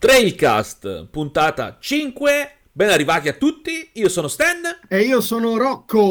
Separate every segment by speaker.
Speaker 1: Trailcast, puntata 5. Ben arrivati a tutti, io sono Stan.
Speaker 2: E io sono Rocco.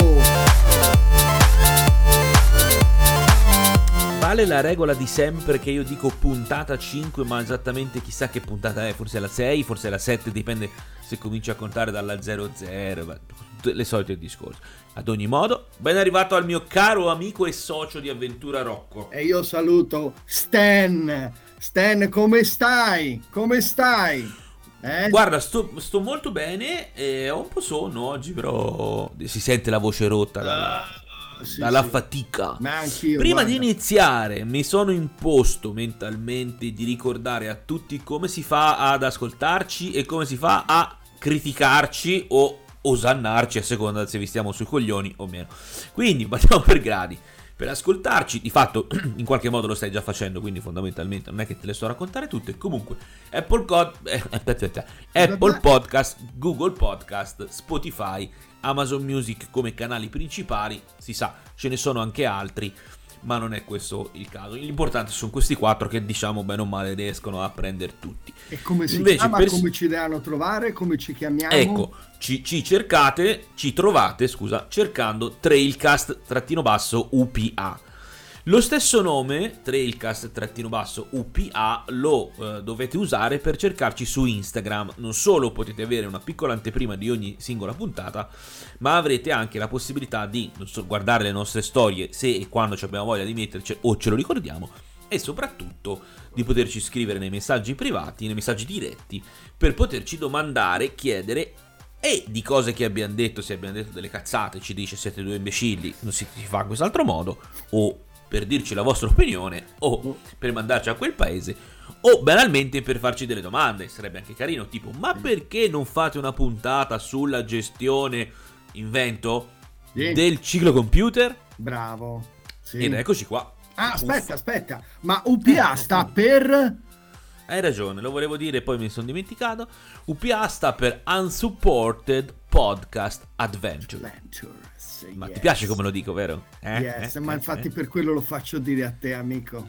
Speaker 1: Vale la regola di sempre che io dico puntata 5, ma esattamente chissà che puntata è, forse è la 6, forse è la 7, dipende se cominci a contare dalla 00, le solite discorsi. Ad ogni modo, ben arrivato al mio caro amico e socio di avventura Rocco.
Speaker 2: E io saluto Stan. Stan, come stai? Come stai?
Speaker 1: Guarda, sto molto bene, ho un po' sonno oggi, però si sente la voce rotta dalla fatica.
Speaker 2: Ma anch'io,
Speaker 1: Prima
Speaker 2: guarda.
Speaker 1: di iniziare mi sono imposto mentalmente di ricordare a tutti come si fa ad ascoltarci e come si fa a criticarci o osannarci a seconda se vi stiamo sui coglioni o meno. Quindi partiamo per gradi. Per ascoltarci, di fatto in qualche modo lo stai già facendo, quindi fondamentalmente non è che te le sto a raccontare tutte. Comunque Apple Podcast, Google Podcast, Spotify, Amazon Music come canali principali. Si sa, ce ne sono anche altri, ma non è questo il caso. L'importante sono questi 4 che, diciamo, bene o male riescono a prendere tutti.
Speaker 2: E come si
Speaker 1: Invece,
Speaker 2: chiama? Come ci devono trovare? Come ci chiamiamo?
Speaker 1: Ecco, ci trovate, cercando Trailcast-UPA. Lo stesso nome, Trailcast-UPA, lo dovete usare per cercarci su Instagram. Non solo potete avere una piccola anteprima di ogni singola puntata, ma avrete anche la possibilità di guardare le nostre storie se e quando ci abbiamo voglia di metterci o ce lo ricordiamo, e soprattutto di poterci scrivere nei messaggi privati, nei messaggi diretti, per poterci domandare, chiedere e di cose che abbiamo detto. Se abbiamo detto delle cazzate, ci dice siete due imbecilli, non si fa in quest'altro modo, o per dirci la vostra opinione, o per mandarci a quel paese, o banalmente per farci delle domande. Sarebbe anche carino, tipo: ma perché non fate una puntata sulla gestione del ciclo computer?
Speaker 2: Bravo. Sì.
Speaker 1: Ed eccoci qua.
Speaker 2: Ah, aspetta. Ma UPA sta per...
Speaker 1: Hai ragione, lo volevo dire, poi mi sono dimenticato. UPA sta per Unsupported Podcast Adventure. Ma ti piace come lo dico, vero?
Speaker 2: Ma infatti per quello lo faccio dire a te, amico.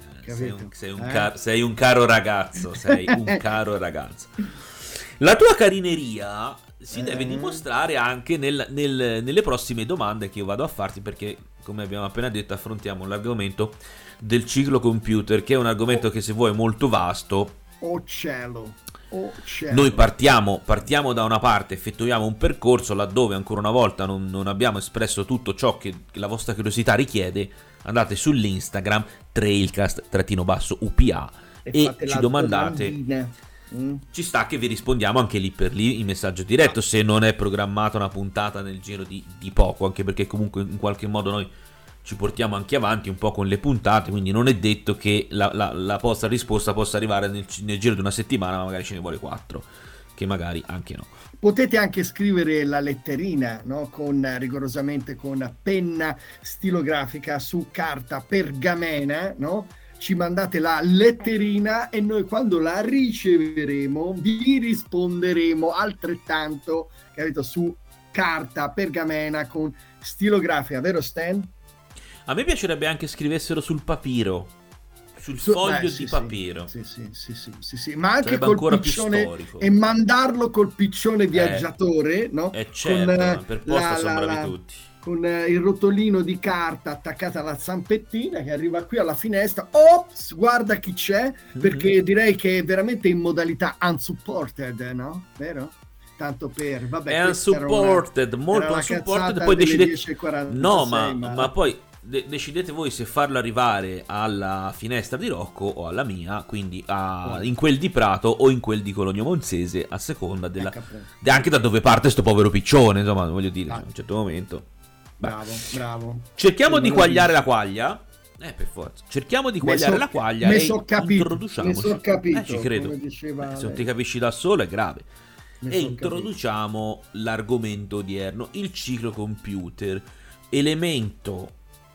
Speaker 1: Sei un caro ragazzo, sei un caro ragazzo. La tua carineria si deve dimostrare anche nelle prossime domande che io vado a farti, perché, come abbiamo appena detto, affrontiamo l'argomento del ciclo computer, che è un argomento che, se vuoi, è molto vasto.
Speaker 2: Oh cielo.
Speaker 1: Noi partiamo da una parte, effettuiamo un percorso laddove ancora una volta non abbiamo espresso tutto ciò che la vostra curiosità richiede. Andate sull'Instagram Trailcast-UPA e ci domandate. Ci sta che vi rispondiamo anche lì per lì in messaggio diretto, se non è programmata una puntata nel giro di poco, anche perché comunque in qualche modo noi ci portiamo anche avanti un po' con le puntate, quindi non è detto che la vostra risposta possa arrivare nel giro di una settimana, ma magari ce ne vuole 4, che magari anche no.
Speaker 2: Potete anche scrivere la letterina, no? Rigorosamente con penna stilografica su carta pergamena, no? Ci mandate la letterina e noi, quando la riceveremo, vi risponderemo altrettanto, capito, su carta pergamena con stilografica, vero Stan?
Speaker 1: A me piacerebbe anche scrivessero sul papiro, sul foglio di papiro.
Speaker 2: Sì, ma anche
Speaker 1: sarebbe
Speaker 2: col
Speaker 1: ancora
Speaker 2: piccione,
Speaker 1: più storico,
Speaker 2: e mandarlo col piccione viaggiatore, no?
Speaker 1: Certo, per posta sono bravi tutti.
Speaker 2: Con il rotolino di carta attaccato alla zampettina, che arriva qui alla finestra. Ops, guarda chi c'è, perché direi che è veramente in modalità unsupported, no? Vero? Tanto per... Vabbè,
Speaker 1: è unsupported, molto unsupported, poi decidete... No, ma poi decidete voi se farlo arrivare alla finestra di Rocco o alla mia, quindi in quel di Prato o in quel di Cologno Monzese, a seconda anche da dove parte sto povero piccione, insomma, voglio dire, a un certo momento.
Speaker 2: Bravo.
Speaker 1: Cerchiamo di quagliare la quaglia. Per forza. Cerchiamo di quagliare la quaglia e introduciamoci. Ci credo. Se non ti capisci da solo è grave. E introduciamo l'argomento odierno, il ciclo computer, elemento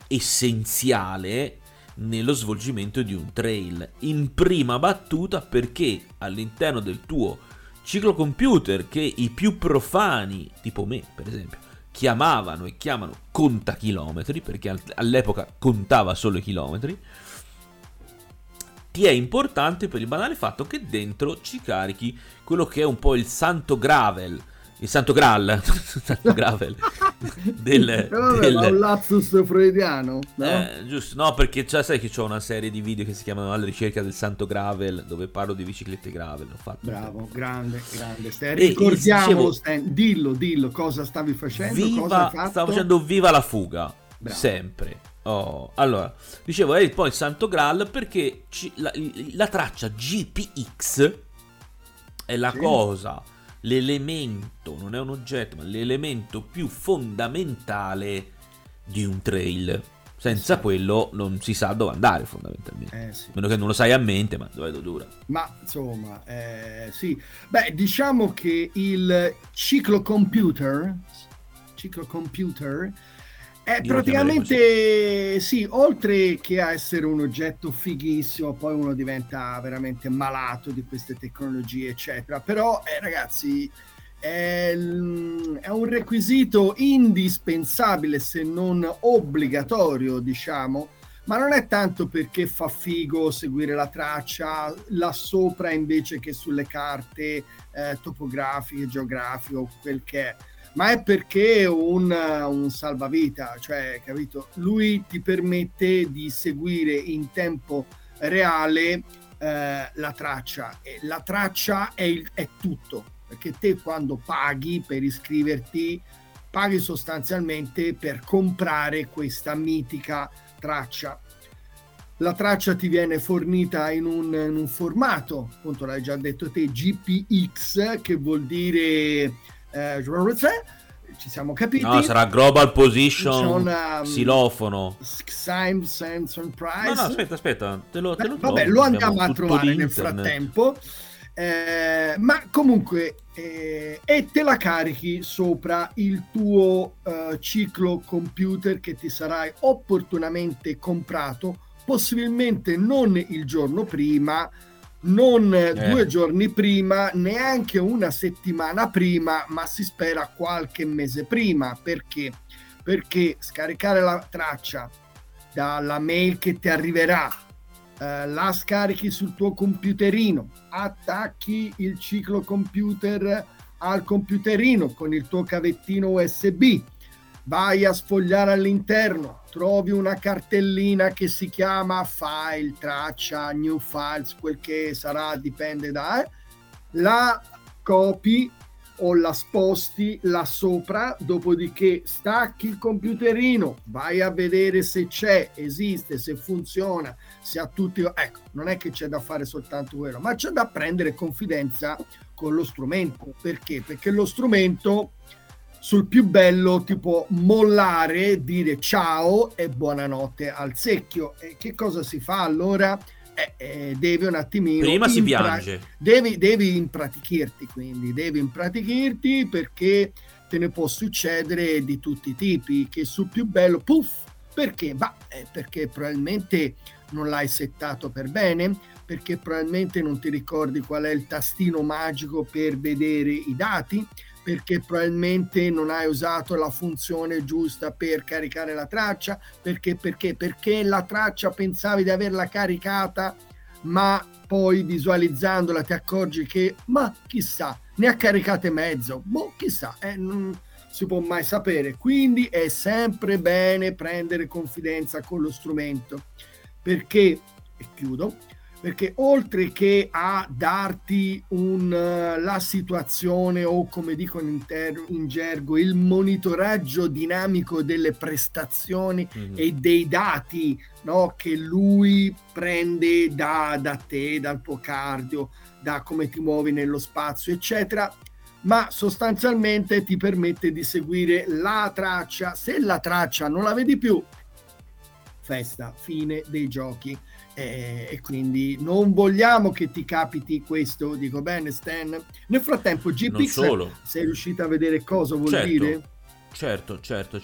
Speaker 1: essenziale nello svolgimento di un trail. In prima battuta, perché all'interno del tuo ciclo computer, che i più profani, tipo me per esempio, chiamavano e chiamano contachilometri, perché all'epoca contava solo i chilometri, ti è importante per il banale fatto che dentro ci carichi quello che è un po' il santo gravel, il santo graal, santo gravel
Speaker 2: Ma un lapsus freudiano, no?
Speaker 1: Giusto, no, perché sai che c'ho una serie di video che si chiamano Alla ricerca del santo gravel, dove parlo di biciclette gravel. Ho fatto
Speaker 2: bravo, grande Stan. Ricordiamolo, Stan, dillo cosa stavi facendo, cosa hai fatto?
Speaker 1: Stavo facendo Viva la fuga,
Speaker 2: bravo.
Speaker 1: sempre. Allora, dicevo, è poi il santo graal perché la traccia GPX è la cosa, l'elemento, non è un oggetto, ma l'elemento più fondamentale di un trail. Senza quello non si sa dove andare, fondamentalmente.
Speaker 2: Sì.
Speaker 1: Meno che non lo sai a mente, ma dove lo dura.
Speaker 2: Ma insomma, sì. Beh, diciamo che il ciclocomputer è praticamente, sì, oltre che a essere un oggetto fighissimo, poi uno diventa veramente malato di queste tecnologie, eccetera. Però, ragazzi, è un requisito indispensabile, se non obbligatorio, diciamo. Ma non è tanto perché fa figo seguire la traccia là sopra invece che sulle carte topografiche, geografiche o quel che è, ma è perché un salvavita, cioè, capito? Lui ti permette di seguire in tempo reale la traccia, e la traccia è tutto, perché te quando paghi per iscriverti, paghi sostanzialmente per comprare questa mitica traccia. La traccia ti viene fornita in un formato, appunto l'hai già detto te, GPX, che vuol dire ci siamo capiti.
Speaker 1: No, sarà Global Position Xilofono.
Speaker 2: Time Sense and Price.
Speaker 1: No, aspetta, te lo
Speaker 2: vabbè, lo andiamo a trovare nel frattempo. Ma comunque e te la carichi sopra il tuo ciclo computer che ti sarai opportunamente comprato, possibilmente non il giorno prima, non 2 giorni prima, neanche una settimana prima, ma si spera qualche mese prima. Perché scaricare la traccia dalla mail che ti arriverà, la scarichi sul tuo computerino, attacchi il ciclo computer al computerino con il tuo cavettino USB, vai a sfogliare all'interno, trovi una cartellina che si chiama file, traccia, new files, quel che sarà, dipende da la copi o la sposti là sopra, dopodiché stacchi il computerino, vai a vedere se esiste, se funziona, se ha tutti, ecco, non è che c'è da fare soltanto quello, ma c'è da prendere confidenza con lo strumento. Perché? Perché lo strumento sul più bello ti può mollare, dire ciao e buonanotte al secchio. E che cosa si fa allora? Devi un attimino,
Speaker 1: prima si piange,
Speaker 2: devi impratichirti, quindi devi impratichirti, perché te ne può succedere di tutti i tipi, che sul più bello puff, perché? Perché probabilmente non l'hai settato per bene, perché probabilmente non ti ricordi qual è il tastino magico per vedere i dati, perché probabilmente non hai usato la funzione giusta per caricare la traccia, perché la traccia pensavi di averla caricata, ma poi visualizzandola ti accorgi che, ma chissà, ne ha caricate mezzo, chissà, non si può mai sapere. Quindi è sempre bene prendere confidenza con lo strumento, perché, e chiudo, perché oltre che a darti la situazione, o come dicono in gergo, il monitoraggio dinamico delle prestazioni e dei dati, no, che lui prende da te, dal tuo cardio, da come ti muovi nello spazio, eccetera, ma sostanzialmente ti permette di seguire la traccia. Se la traccia non la vedi più, festa, fine dei giochi. E quindi non vogliamo che ti capiti questo. Dico bene, Stan? Nel frattempo GPX, sei riuscito a vedere cosa vuol dire?
Speaker 1: Certo,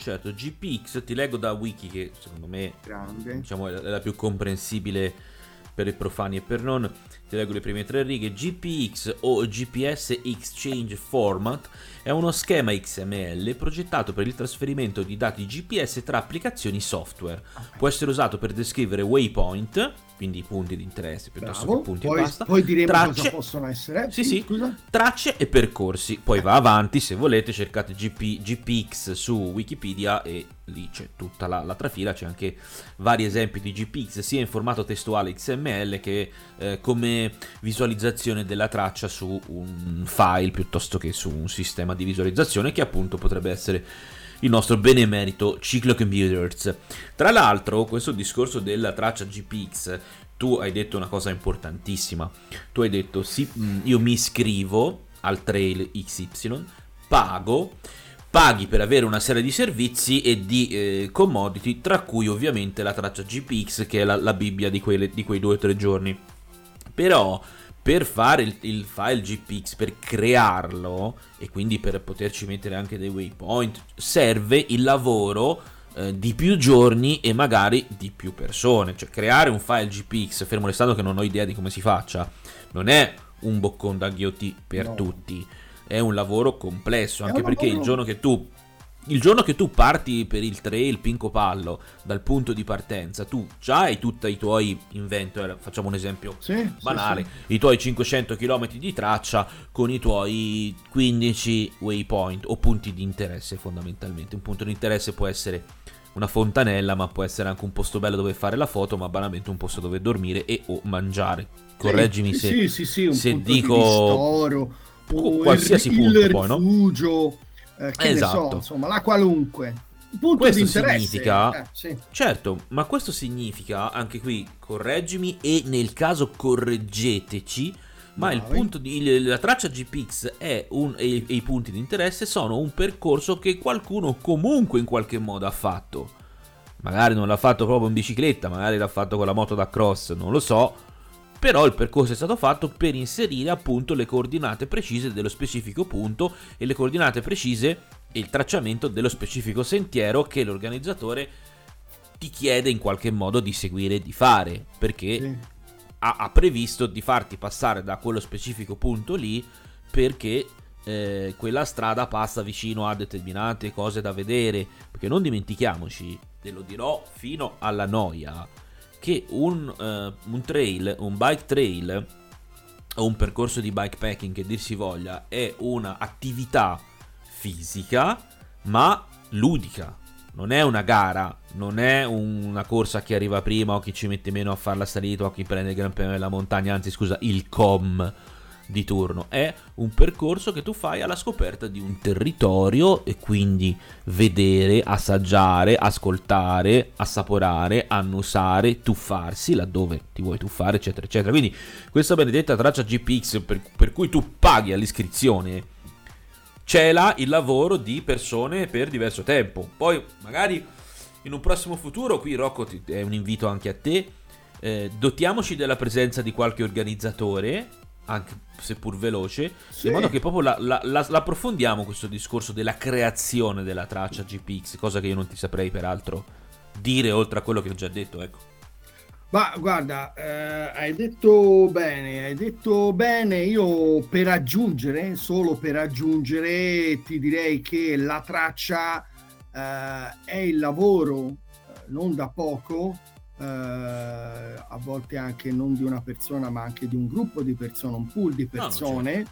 Speaker 1: GPX, ti leggo da Wiki, che secondo me, diciamo, è la più comprensibile per i profani e per non. Ti ti leggo le prime 3 righe. GPX o GPS Exchange Format è uno schema XML progettato per il trasferimento di dati GPS tra applicazioni software. Può essere usato per descrivere waypoint, quindi punti di interesse piuttosto che punti e basta.
Speaker 2: Poi diremo
Speaker 1: tracce,
Speaker 2: cosa possono essere.
Speaker 1: Sì,
Speaker 2: Scusa?
Speaker 1: tracce e percorsi. Poi va avanti, se volete cercate GPX su Wikipedia e lì c'è tutta l'altra fila, c'è anche vari esempi di GPX sia in formato testuale XML che come visualizzazione della traccia su un file piuttosto che su un sistema di visualizzazione, che appunto potrebbe essere il nostro benemerito Ciclocomputers. Tra l'altro, questo discorso della traccia GPX, tu hai detto una cosa importantissima. Tu hai detto sì, io mi iscrivo al trail XY, paghi per avere una serie di servizi e di commodity, tra cui ovviamente la traccia GPX, che è la Bibbia di quei 2 o 3 giorni. Però per fare il file GPX, per crearlo e quindi per poterci mettere anche dei waypoint, serve il lavoro di più giorni e magari di più persone. Cioè creare un file GPX, fermo restando che non ho idea di come si faccia, non è un boccone da ghiotti per tutti, è un lavoro complesso, anche perché il giorno che tu parti per il trail Pinco Pallo dal punto di partenza, tu già hai tutti i tuoi inventor, facciamo un esempio banale, i tuoi 500 km di traccia con i tuoi 15 waypoint o punti di interesse fondamentalmente. Un punto di interesse può essere una fontanella, ma può essere anche un posto bello dove fare la foto, ma banalmente un posto dove dormire e o mangiare. Correggimi
Speaker 2: un
Speaker 1: se
Speaker 2: punto
Speaker 1: dico
Speaker 2: di ristoro,
Speaker 1: qualsiasi punto poi, no?
Speaker 2: Rifugio, che
Speaker 1: esatto.
Speaker 2: ne so, insomma, la qualunque. Punto
Speaker 1: Questo
Speaker 2: di interesse.
Speaker 1: significa, certo, ma questo significa, anche qui correggimi e nel caso correggeteci, ma il punto la traccia GPX e i punti di interesse sono un percorso che qualcuno comunque in qualche modo ha fatto. Magari non l'ha fatto proprio in bicicletta, magari l'ha fatto con la moto da cross, non lo so. Però il percorso è stato fatto per inserire appunto le coordinate precise dello specifico punto e le coordinate precise e il tracciamento dello specifico sentiero che l'organizzatore ti chiede in qualche modo di seguire e di fare, perché ha previsto di farti passare da quello specifico punto lì, perché quella strada passa vicino a determinate cose da vedere, perché non dimentichiamoci, te lo dirò fino alla noia, che un trail, un bike trail o un percorso di bikepacking che dir si voglia è una attività fisica ma ludica, non è una gara, non è una corsa a chi arriva prima o chi ci mette meno a fare la salita o a chi prende il Gran Premio della Montagna, anzi scusa, il COM di turno. È un percorso che tu fai alla scoperta di un territorio e quindi vedere, assaggiare, ascoltare, assaporare, annusare, tuffarsi laddove ti vuoi tuffare, eccetera eccetera. Quindi questa benedetta traccia GPX per cui tu paghi all'iscrizione cela il lavoro di persone per diverso tempo. Poi magari in un prossimo futuro, qui Rocco è un invito anche a te, dotiamoci della presenza di qualche organizzatore, anche seppur veloce, in modo che proprio l'approfondiamo questo discorso della creazione della traccia GPX, cosa che io non ti saprei peraltro dire oltre a quello che ho già detto, ecco.
Speaker 2: Ma guarda, hai detto bene, io solo per aggiungere, ti direi che la traccia è il lavoro non da poco, a volte anche non di una persona ma anche di un gruppo di persone, un pool di persone,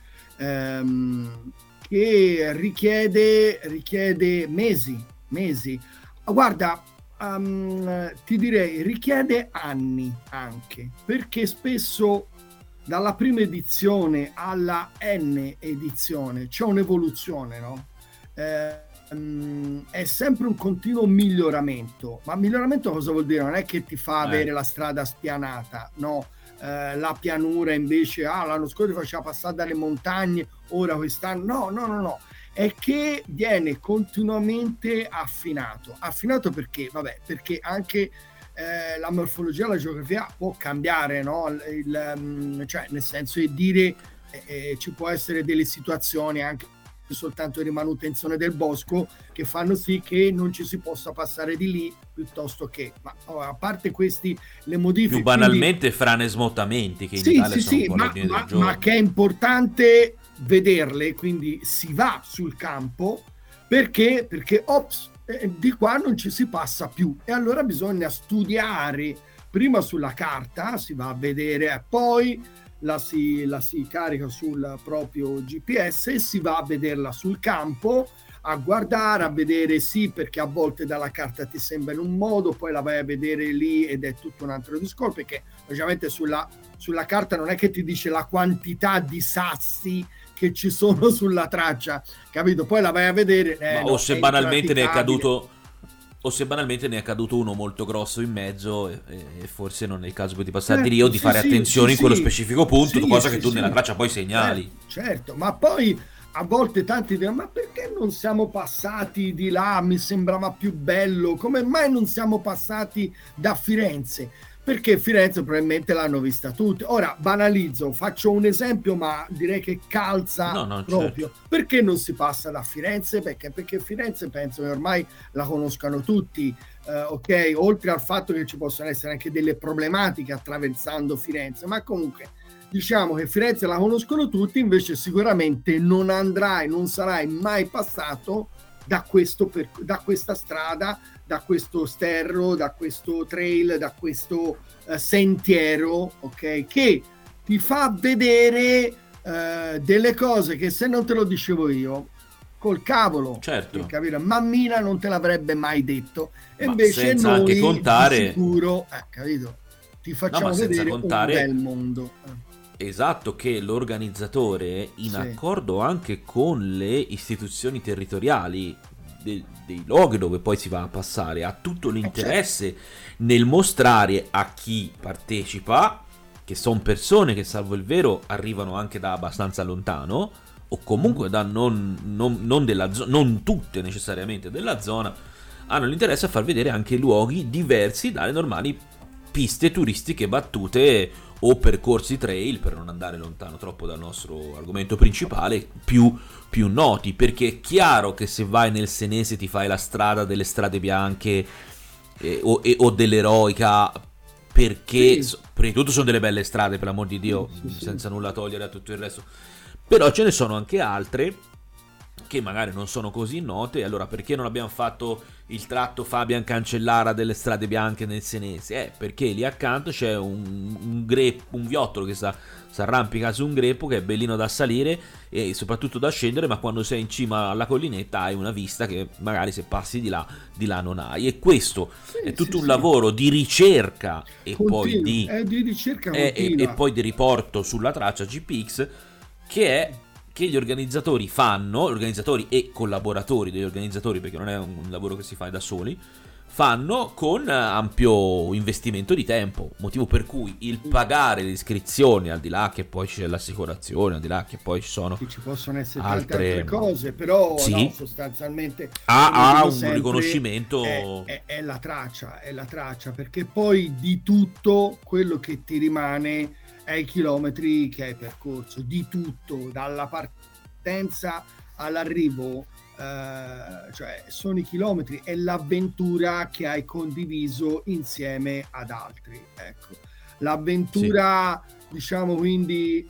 Speaker 2: che richiede mesi. Guarda, ti direi richiede anni anche, perché spesso dalla prima edizione alla N edizione c'è un'evoluzione, no? È sempre un continuo miglioramento. Ma miglioramento cosa vuol dire? Non è che ti fa avere la strada spianata, no? La pianura invece l'anno scorso faceva passare dalle montagne, ora quest'anno no, è che viene continuamente affinato perché anche la morfologia, la geografia può cambiare, no? Cioè nel senso di dire ci può essere delle situazioni anche soltanto di manutenzione del bosco, che fanno sì che non ci si possa passare di lì, piuttosto che, ma a parte questi, le modifiche...
Speaker 1: Più banalmente quindi, frane smottamenti, che in Italia sono un po' all'ordine del giorno.
Speaker 2: Ma che è importante vederle, quindi si va sul campo, perché ops, di qua non ci si passa più, e allora bisogna studiare prima sulla carta, si va a vedere, poi la si carica sul proprio GPS e si va a vederla sul campo, a guardare, a vedere, sì, perché a volte dalla carta ti sembra in un modo, poi la vai a vedere lì ed è tutto un altro discorso, perché ovviamente sulla carta non è che ti dice la quantità di sassi che ci sono sulla traccia, capito? Poi la vai a vedere,
Speaker 1: o se banalmente ne è caduto, o se banalmente ne è caduto uno molto grosso in mezzo e forse non è il caso di passare di lì o di fare attenzione in quello specifico punto, cosa che tu nella traccia poi segnali.
Speaker 2: Certo, ma poi a volte tanti dicono: ma perché non siamo passati di là? Mi sembrava più bello. Come mai non siamo passati da Firenze? Perché Firenze probabilmente l'hanno vista tutti. Ora banalizzo, faccio un esempio, ma direi che calza proprio. Certo. Perché non si passa da Firenze? Perché Firenze penso che ormai la conoscano tutti, ok? Oltre al fatto che ci possono essere anche delle problematiche attraversando Firenze, ma comunque diciamo che Firenze la conoscono tutti, invece sicuramente non andrai, non sarai mai passato da questa strada, da questo sterro, da questo trail, da questo sentiero, ok? Che ti fa vedere delle cose che se non te lo dicevo io, col cavolo,
Speaker 1: certo,
Speaker 2: capire, mammina non te l'avrebbe mai detto. E invece
Speaker 1: senza
Speaker 2: noi
Speaker 1: anche contare,
Speaker 2: di sicuro, capito? Ti facciamo vedere un bel mondo.
Speaker 1: Esatto, che l'organizzatore, in accordo anche con le istituzioni territoriali dei luoghi dove poi si va a passare, ha tutto l'interesse nel mostrare a chi partecipa che sono persone che, salvo il vero, arrivano anche da abbastanza lontano, o comunque da non della zona, non tutte necessariamente della zona, hanno l'interesse a far vedere anche luoghi diversi dalle normali piste turistiche battute o percorsi trail, per non andare lontano troppo dal nostro argomento principale, più noti, perché è chiaro che se vai nel Senese ti fai la strada delle strade bianche o dell'eroica, perché prima di tutto sono delle belle strade, per l'amor di Dio, senza nulla togliere a tutto il resto, però ce ne sono anche altre che magari non sono così note. Allora perché non abbiamo fatto il tratto Fabian Cancellara delle strade bianche nel Senese? Perché lì accanto c'è un viottolo che si arrampica su un greppo, che è bellino da salire e soprattutto da scendere, ma quando sei in cima alla collinetta hai una vista che magari se passi di là non hai. E questo è tutto un lavoro di ricerca e poi di
Speaker 2: ricerca
Speaker 1: e poi di riporto sulla traccia GPX, che gli organizzatori fanno, organizzatori e collaboratori degli organizzatori, perché non è un lavoro che si fa da soli, fanno con ampio investimento di tempo, motivo per cui il pagare le iscrizioni, al di là che poi c'è l'assicurazione, al di là che poi ci sono
Speaker 2: ci possono essere tante altre cose, però no, sostanzialmente
Speaker 1: ha un riconoscimento,
Speaker 2: è la traccia, perché poi di tutto quello che ti rimane ai chilometri che hai percorso, di tutto, dalla partenza all'arrivo, cioè sono i chilometri e l'avventura che hai condiviso insieme ad altri, ecco, l'avventura, diciamo, quindi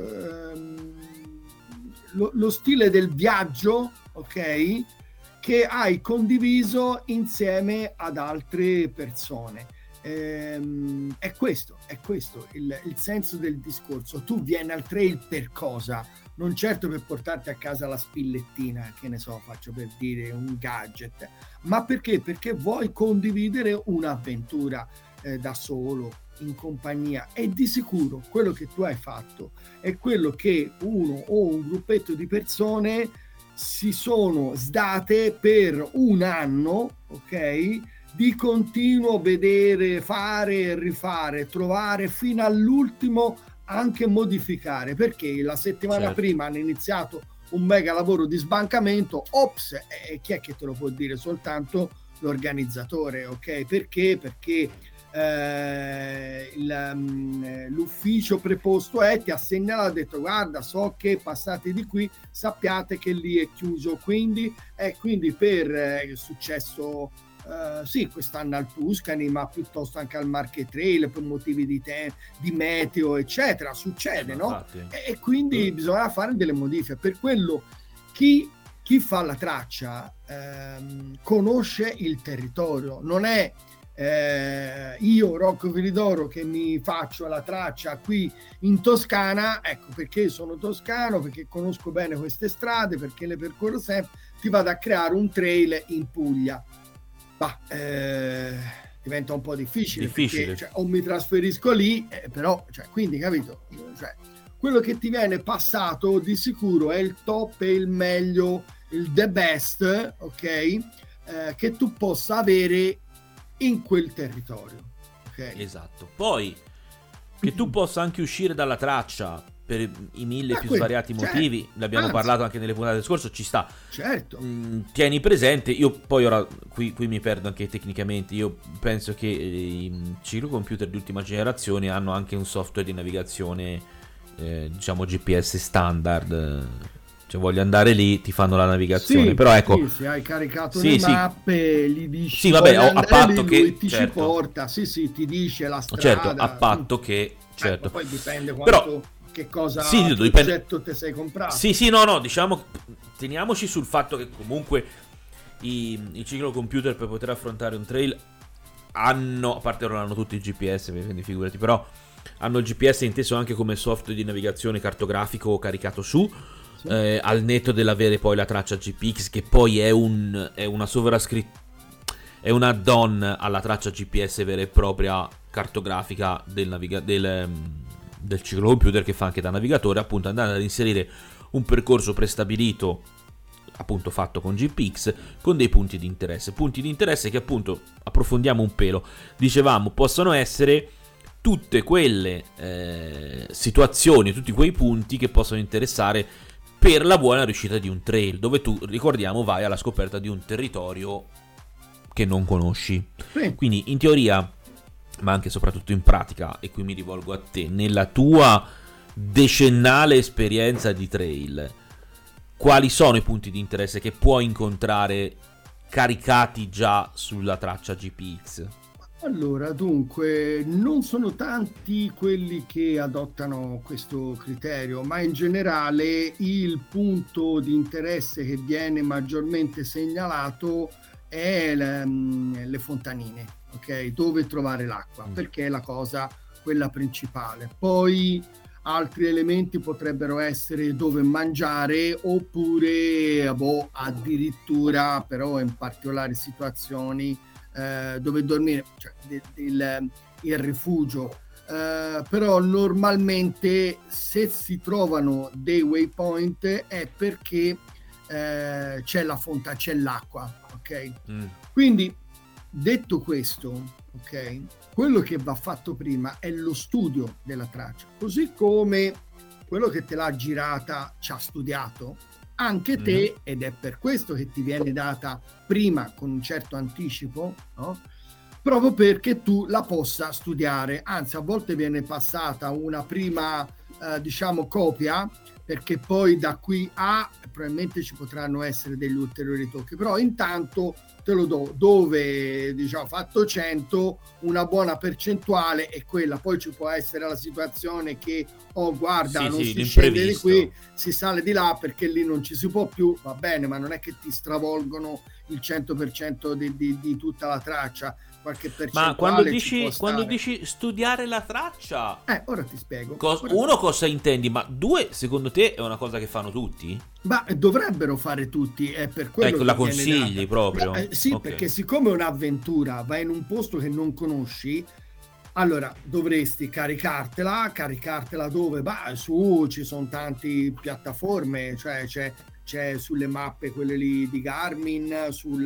Speaker 2: lo stile del viaggio, ok, che hai condiviso insieme ad altre persone. È questo il senso del discorso. Tu vieni al trail per cosa? Non certo per portarti a casa la spillettina, che ne so, faccio per dire un gadget, ma perché vuoi condividere un'avventura da solo, in compagnia, e di sicuro quello che tu hai fatto è quello che uno o un gruppetto di persone si sono sdate per un anno, ok, di continuo vedere, fare, rifare, trovare fino all'ultimo, anche modificare, perché la settimana prima hanno iniziato un mega lavoro di sbancamento, ops, e chi è che te lo può dire? Soltanto l'organizzatore, ok? Perché l'ufficio preposto ti ha segnalato, ha detto guarda, so che passate di qui, sappiate che lì è chiuso, quindi per è successo sì, quest'anno al Tuscany, ma piuttosto anche al Marche Trail per motivi di meteo eccetera, succede, no? E quindi bisogna fare delle modifiche. Per quello chi fa la traccia conosce il territorio, non è io Rocco Filidoro che mi faccio la traccia qui in Toscana, ecco, perché sono toscano, perché conosco bene queste strade, perché le percorro sempre, ti vado a creare un trail in Puglia. Diventa un po' difficile. Perché, cioè, o mi trasferisco lì, però, cioè, quindi, capito? Cioè, quello che ti viene passato di sicuro è il top, è il meglio, il the best, ok? Che tu possa avere in quel territorio. Okay?
Speaker 1: Esatto. Poi, che tu possa anche uscire dalla traccia per i mille più svariati motivi, ne abbiamo parlato anche nelle puntate scorse, ci sta.
Speaker 2: Certo.
Speaker 1: Tieni presente, io poi ora qui mi perdo anche tecnicamente, io penso che i ciclocomputer di ultima generazione hanno anche un software di navigazione, diciamo GPS standard, cioè voglio andare lì, ti fanno la navigazione, però ecco,
Speaker 2: se hai caricato le mappe, gli dici
Speaker 1: sì, vabbè, a patto
Speaker 2: lì,
Speaker 1: che
Speaker 2: lui ti ci porta, ti dice la strada,
Speaker 1: certo, a patto che certo.
Speaker 2: Poi dipende quanto,
Speaker 1: però
Speaker 2: che cosa
Speaker 1: progetto
Speaker 2: ti sei comprato.
Speaker 1: Sì, no, diciamo, teniamoci sul fatto che comunque i ciclocomputer per poter affrontare un trail hanno, a parte non hanno tutti il GPS, quindi figurati, però hanno il GPS inteso anche come software di navigazione cartografico caricato su, al netto dell'avere poi la traccia GPX, che poi è una sovrascrittura, è un add-on alla traccia GPS vera e propria cartografica del ciclocomputer, che fa anche da navigatore, appunto andando ad inserire un percorso prestabilito, appunto fatto con GPX, con dei punti di interesse che appunto approfondiamo un pelo. Dicevamo, possono essere tutte quelle situazioni, tutti quei punti che possono interessare per la buona riuscita di un trail, dove tu, ricordiamo, vai alla scoperta di un territorio che non conosci. Quindi in teoria, ma anche e soprattutto in pratica, e qui mi rivolgo a te, nella tua decennale esperienza di trail, quali sono i punti di interesse che puoi incontrare caricati già sulla traccia GPX?
Speaker 2: Allora, dunque, non sono tanti quelli che adottano questo criterio, ma in generale il punto di interesse che viene maggiormente segnalato è le fontanine, ok? Dove trovare l'acqua, perché è la cosa quella principale. Poi altri elementi potrebbero essere dove mangiare, oppure addirittura, però in particolari situazioni, dove dormire, cioè il rifugio. Però normalmente se si trovano dei waypoint è perché c'è la fonte, c'è l'acqua, ok? Quindi, detto questo, ok, quello che va fatto prima è lo studio della traccia, così come quello che te l'ha girata ci ha studiato anche te, ed è per questo che ti viene data prima con un certo anticipo, no? Proprio perché tu la possa studiare, anzi a volte viene passata una prima diciamo copia, perché poi da qui a probabilmente ci potranno essere degli ulteriori tocchi, però intanto te lo do, dove diciamo fatto 100, una buona percentuale è quella. Poi ci può essere la situazione che guarda, non si scende di qui, si sale di là, perché lì non ci si può più, va bene, ma non è che ti stravolgono il 100% di tutta la traccia.
Speaker 1: Ma quando dici studiare la traccia,
Speaker 2: ora ti spiego.
Speaker 1: Uno, cosa intendi? Ma due, secondo te è una cosa che fanno tutti?
Speaker 2: Ma dovrebbero fare tutti, è per quello che
Speaker 1: la consigli proprio?
Speaker 2: Sì, okay. Perché siccome è un'avventura, vai in un posto che non conosci, allora dovresti caricartela dove? Su, ci sono tante piattaforme, cioè c'è sulle mappe quelle lì di Garmin, su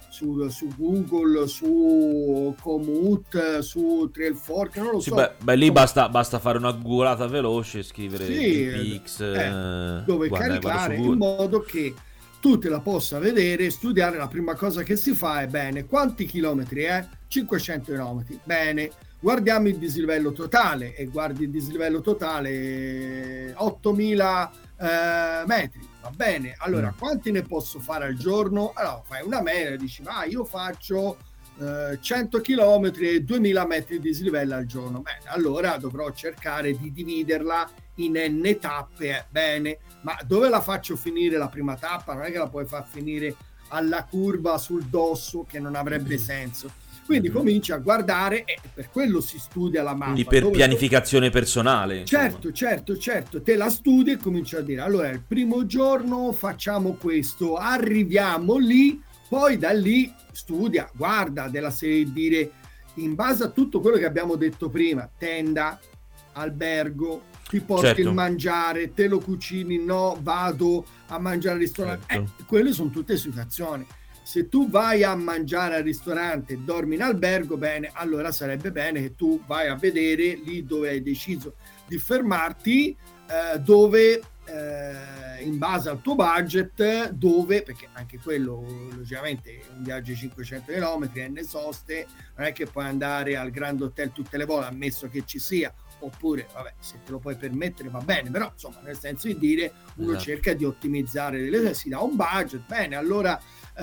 Speaker 2: Google, su Komoot, su Trailfork, non lo so.
Speaker 1: Lì basta fare una googolata veloce, scrivere GPX,
Speaker 2: dove caricare, in modo che tu te la possa vedere, studiare. La prima cosa che si fa è: bene, quanti chilometri è? 500 chilometri, bene, guardiamo il dislivello totale, e guardi il dislivello totale 8000 metri, va bene, allora quanti ne posso fare al giorno? Allora fai una media, dici io faccio 100 km e 2000 metri di dislivello al giorno. Bene, allora dovrò cercare di dividerla in n tappe. Bene, ma dove la faccio finire la prima tappa? Non è che la puoi far finire alla curva sul dosso, che non avrebbe senso. Quindi cominci a guardare, e per quello si studia la mappa.
Speaker 1: Quindi per pianificazione personale.
Speaker 2: Certo, te la studi e cominci a dire: allora il primo giorno facciamo questo, arriviamo lì, poi da lì studia, guarda della serie, dire in base a tutto quello che abbiamo detto prima: tenda, albergo, ti porti il mangiare, te lo cucini, no, vado a mangiare al ristorante. Quelle sono tutte situazioni. Se tu vai a mangiare al ristorante e dormi in albergo, bene, allora sarebbe bene che tu vai a vedere lì dove hai deciso di fermarti, dove in base al tuo budget, dove, perché anche quello logicamente un viaggio di 500 km è ne soste, non è che puoi andare al Grand Hotel tutte le volte, ammesso che ci sia, oppure vabbè, se te lo puoi permettere va bene, però insomma, nel senso di dire, uno cerca di ottimizzare delle cose, si dà un budget, bene, allora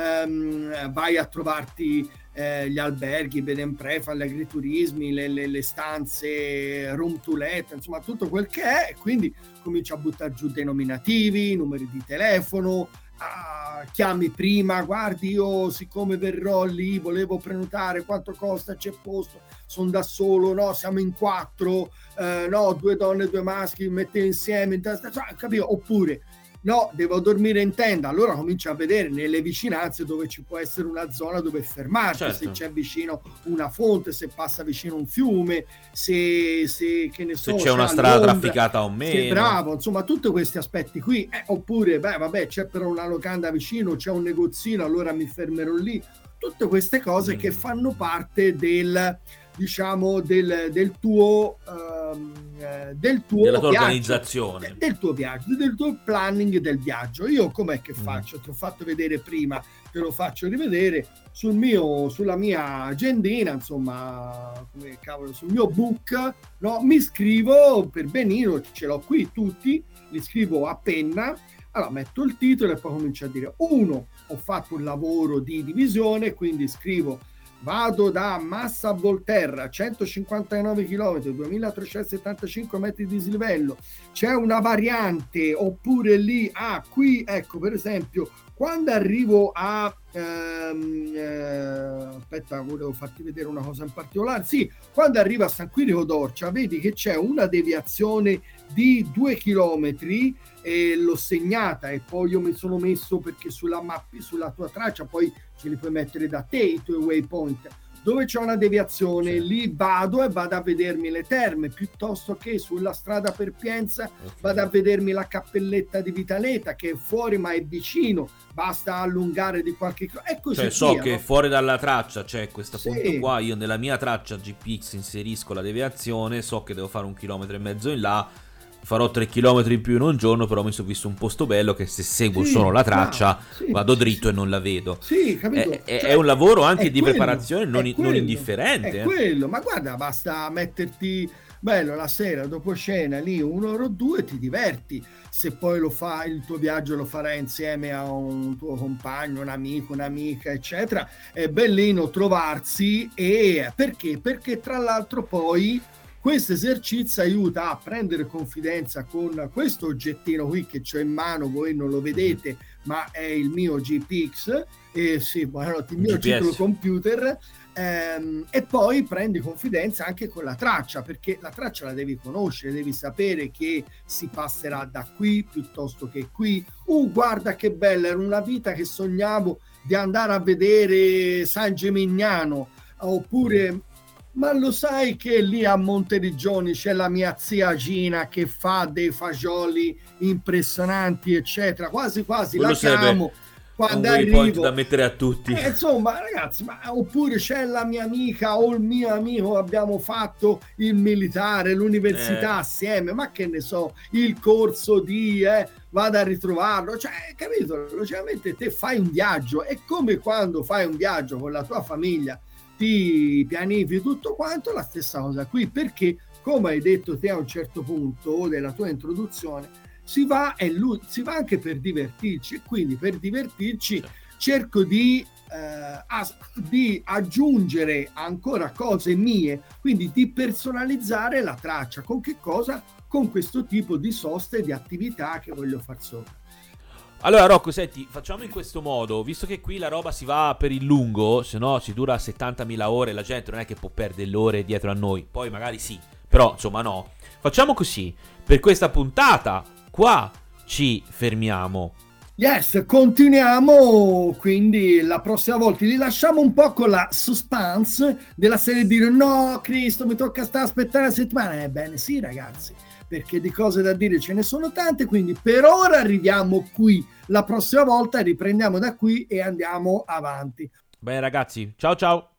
Speaker 2: vai a trovarti gli alberghi, bed and breakfast, gli agriturismi, le stanze room to let, insomma tutto quel che è, e quindi cominci a buttare giù denominativi, numeri di telefono, chiami prima, guardi, io siccome verrò lì volevo prenotare, quanto costa, c'è posto, sono da solo, no, siamo in 4, no, 2 donne, 2 maschi, mettete insieme, capito? Oppure no, devo dormire in tenda, allora comincia a vedere nelle vicinanze dove ci può essere una zona dove fermarti, se c'è vicino una fonte, se passa vicino un fiume, se che ne so,
Speaker 1: se c'è una strada trafficata o meno.
Speaker 2: Sei bravo, insomma, tutti questi aspetti qui. Oppure, vabbè, c'è però una locanda vicino, c'è un negozino, allora mi fermerò lì. Tutte queste cose che fanno parte del, diciamo, del tuo
Speaker 1: della tua
Speaker 2: viaggio,
Speaker 1: organizzazione,
Speaker 2: del tuo viaggio, del tuo planning del viaggio. Io com'è che faccio? Ti ho fatto vedere prima, te lo faccio rivedere sulla mia agendina, insomma, come cavolo, sul mio book, no? Mi scrivo per benino, ce l'ho qui tutti, li scrivo a penna. Allora metto il titolo e poi comincio a dire: 1, ho fatto un lavoro di divisione, quindi scrivo: vado da Massa a Volterra, 159 km, 2375 metri di dislivello, c'è una variante, oppure lì, qui, ecco, per esempio, quando arrivo a aspetta, volevo farti vedere una cosa in particolare, sì, quando arrivo a San Quirico d'Orcia, vedi che c'è una deviazione di 2 chilometri, e l'ho segnata, e poi io mi sono messo, perché sulla mappa, sulla tua traccia poi ce li puoi mettere da te i tuoi waypoint, dove c'è una deviazione, lì vado a vedermi le terme, piuttosto che sulla strada per Pienza vado a vedermi la cappelletta di Vitaleta, che è fuori ma è vicino, basta allungare di qualche, e così
Speaker 1: cioè so
Speaker 2: via,
Speaker 1: che
Speaker 2: no?
Speaker 1: Fuori dalla traccia c'è questo punto qua, io nella mia traccia GPX inserisco la deviazione, so che devo fare 1,5 chilometri in là, farò 3 chilometri in più in un giorno, però mi sono visto un posto bello che se seguo solo la traccia vado dritto e non la vedo.
Speaker 2: Sì, capito?
Speaker 1: È un lavoro anche di preparazione non indifferente.
Speaker 2: È quello, ma guarda, basta metterti bello la sera dopo cena lì 1 ora o 2, ti diverti. Se poi lo fai, il tuo viaggio lo farai insieme a un tuo compagno, un amico, un'amica, eccetera, è bellino trovarsi. E perché? Perché tra l'altro poi questo esercizio aiuta a prendere confidenza con questo oggettino qui che ho in mano, voi non lo vedete, ma è il mio GPX, sì, buonanotte, il mio ciclo computer, e poi prendi confidenza anche con la traccia, perché la traccia la devi conoscere, devi sapere che si passerà da qui piuttosto che qui. Guarda che bella, era una vita che sognavo di andare a vedere San Gimignano, oppure... Ma lo sai che lì a Monteriggioni c'è la mia zia Gina che fa dei fagioli impressionanti, eccetera, quasi la chiamo, quando
Speaker 1: un waypoint
Speaker 2: arrivo
Speaker 1: da mettere a tutti.
Speaker 2: Insomma, ragazzi, oppure c'è la mia amica o il mio amico, abbiamo fatto il militare, l'università assieme, ma che ne so, il corso di vado a ritrovarlo, cioè, capito? Logicamente te fai un viaggio, è come quando fai un viaggio con la tua famiglia, ti pianifichi tutto quanto, la stessa cosa qui, perché come hai detto te a un certo punto della tua introduzione, si va anche per divertirci, e quindi per divertirci cerco di aggiungere ancora cose mie, quindi di personalizzare la traccia. Con che cosa? Con questo tipo di soste e di attività che voglio far sopra.
Speaker 1: Allora Rocco, senti, facciamo in questo modo, visto che qui la roba si va per il lungo, se no si dura 70.000 ore, la gente non è che può perdere le ore dietro a noi, poi magari sì, però insomma no. Facciamo così, per questa puntata qua ci fermiamo.
Speaker 2: Yes, continuiamo, quindi la prossima volta li lasciamo un po' con la suspense della serie, dire no Cristo mi tocca stare a aspettare una settimana. Ebbene sì ragazzi, perché di cose da dire ce ne sono tante, quindi per ora arriviamo qui, la prossima volta riprendiamo da qui e andiamo avanti.
Speaker 1: Bene ragazzi, ciao ciao.